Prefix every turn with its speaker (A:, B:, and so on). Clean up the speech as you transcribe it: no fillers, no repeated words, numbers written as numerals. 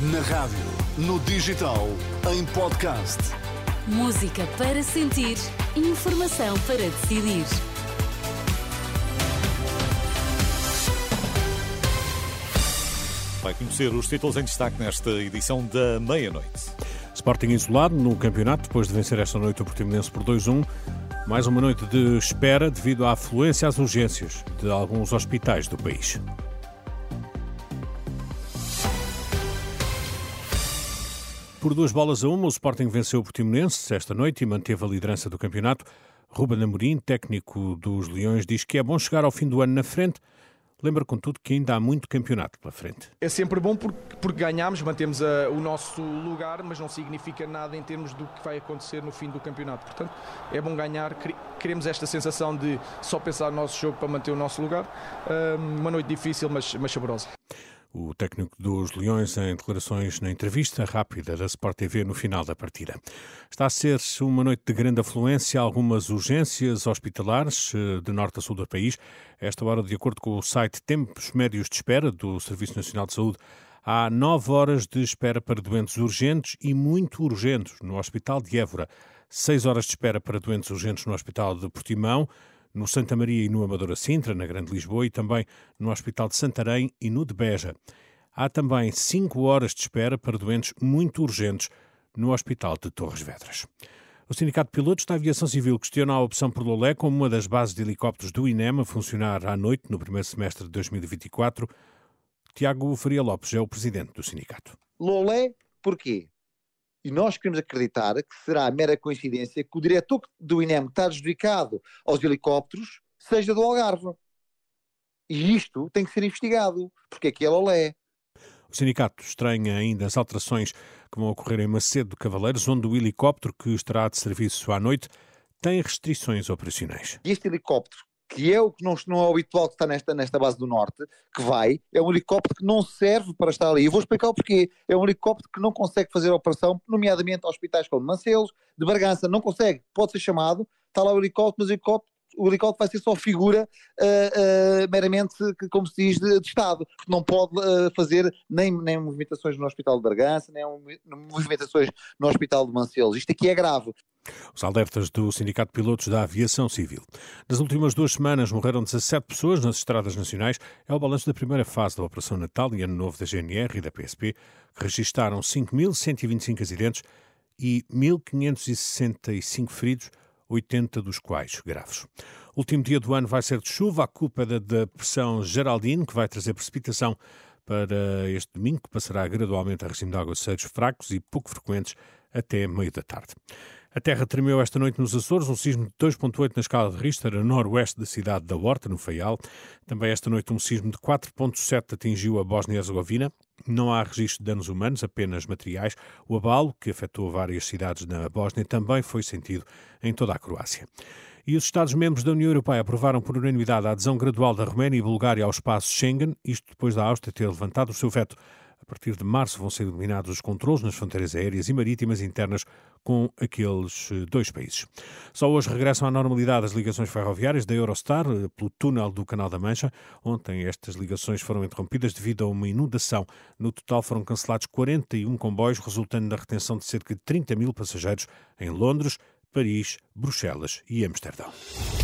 A: Na rádio, no digital, em podcast.
B: Música para sentir, informação para decidir.
C: Vai conhecer os títulos em destaque nesta edição da meia-noite.
D: Sporting isolado no campeonato, depois de vencer esta noite o Portimonense por 2-1. Mais uma noite de espera devido à afluência às urgências de alguns hospitais do país. Por 2-1, o Sporting venceu o Portimonense esta noite e manteve a liderança do campeonato. Ruben Amorim, técnico dos Leões, diz que é bom chegar ao fim do ano na frente. Lembra, contudo, que ainda há muito campeonato pela frente.
E: É sempre bom porque ganhamos, mantemos o nosso lugar, mas não significa nada em termos do que vai acontecer no fim do campeonato. Portanto, é bom ganhar, queremos esta sensação de só pensar no nosso jogo para manter o nosso lugar. Uma noite difícil, mas saborosa.
D: O técnico dos Leões em declarações na entrevista rápida da Sport TV no final da partida. Está a ser uma noite de grande afluência, algumas urgências hospitalares de norte a sul do país. A esta hora, de acordo com o site Tempos Médios de Espera do Serviço Nacional de Saúde, há 9 horas de espera para doentes urgentes e muito urgentes no Hospital de Évora, 6 horas de espera para doentes urgentes no Hospital de Portimão, no Santa Maria e no Amadora Sintra, na Grande Lisboa, e também no Hospital de Santarém e no de Beja. Há também 5 horas de espera para doentes muito urgentes no Hospital de Torres Vedras. O Sindicato de Pilotos da Aviação Civil questiona a opção por Lolé como uma das bases de helicópteros do INEM a funcionar à noite no primeiro semestre de 2024. Tiago Faria Lopes é o presidente do sindicato.
F: Lolé, porquê? E nós queremos acreditar que será mera coincidência que o diretor do INEM que está adjudicado aos helicópteros seja do Algarve. E isto tem que ser investigado, porque é que é Lolé.
D: O sindicato estranha ainda as alterações que vão ocorrer em Macedo de Cavaleiros, onde o helicóptero que estará de serviço à noite tem restrições operacionais.
F: Este helicóptero, que é o que não é o habitual que está nesta base do Norte, é um helicóptero que não serve para estar ali. Eu vou explicar o porquê. É um helicóptero que não consegue fazer a operação, nomeadamente a hospitais como Mancelos, de Bragança, não consegue. Pode ser chamado, está lá o helicóptero, mas o helicóptero vai ser só figura meramente, como se diz, de Estado. Não pode fazer nem movimentações no Hospital de Bragança, nem movimentações no Hospital de Mancelos. Isto aqui é grave.
D: Os alertas do Sindicato de Pilotos da Aviação Civil. Nas últimas 2 semanas morreram 17 pessoas nas estradas nacionais. É o balanço da primeira fase da Operação Natal e Ano Novo da GNR e da PSP, que registaram 5.125 acidentes e 1.565 feridos, 80 dos quais graves. O último dia do ano vai ser de chuva. A culpa é da depressão Geraldine, que vai trazer precipitação para este domingo, que passará gradualmente a regime de aguaceiros fracos e pouco frequentes até meio da tarde. A terra tremeu esta noite nos Açores, um sismo de 2,8 na escala de Richter, a noroeste da cidade da Horta, no Faial. Também esta noite um sismo de 4,7 atingiu a Bósnia-Herzegovina. Não há registro de danos humanos, apenas materiais. O abalo, que afetou várias cidades na Bósnia, também foi sentido em toda a Croácia. E os Estados-membros da União Europeia aprovaram por unanimidade a adesão gradual da Roménia e Bulgária ao espaço Schengen, isto depois da Áustria ter levantado o seu veto. A partir de março vão ser eliminados os controlos nas fronteiras aéreas e marítimas internas com aqueles 2 países. Só hoje regressam à normalidade as ligações ferroviárias da Eurostar pelo túnel do Canal da Mancha. Ontem estas ligações foram interrompidas devido a uma inundação. No total foram cancelados 41 comboios, resultando na retenção de cerca de 30.000 passageiros em Londres, Paris, Bruxelas e Amsterdão.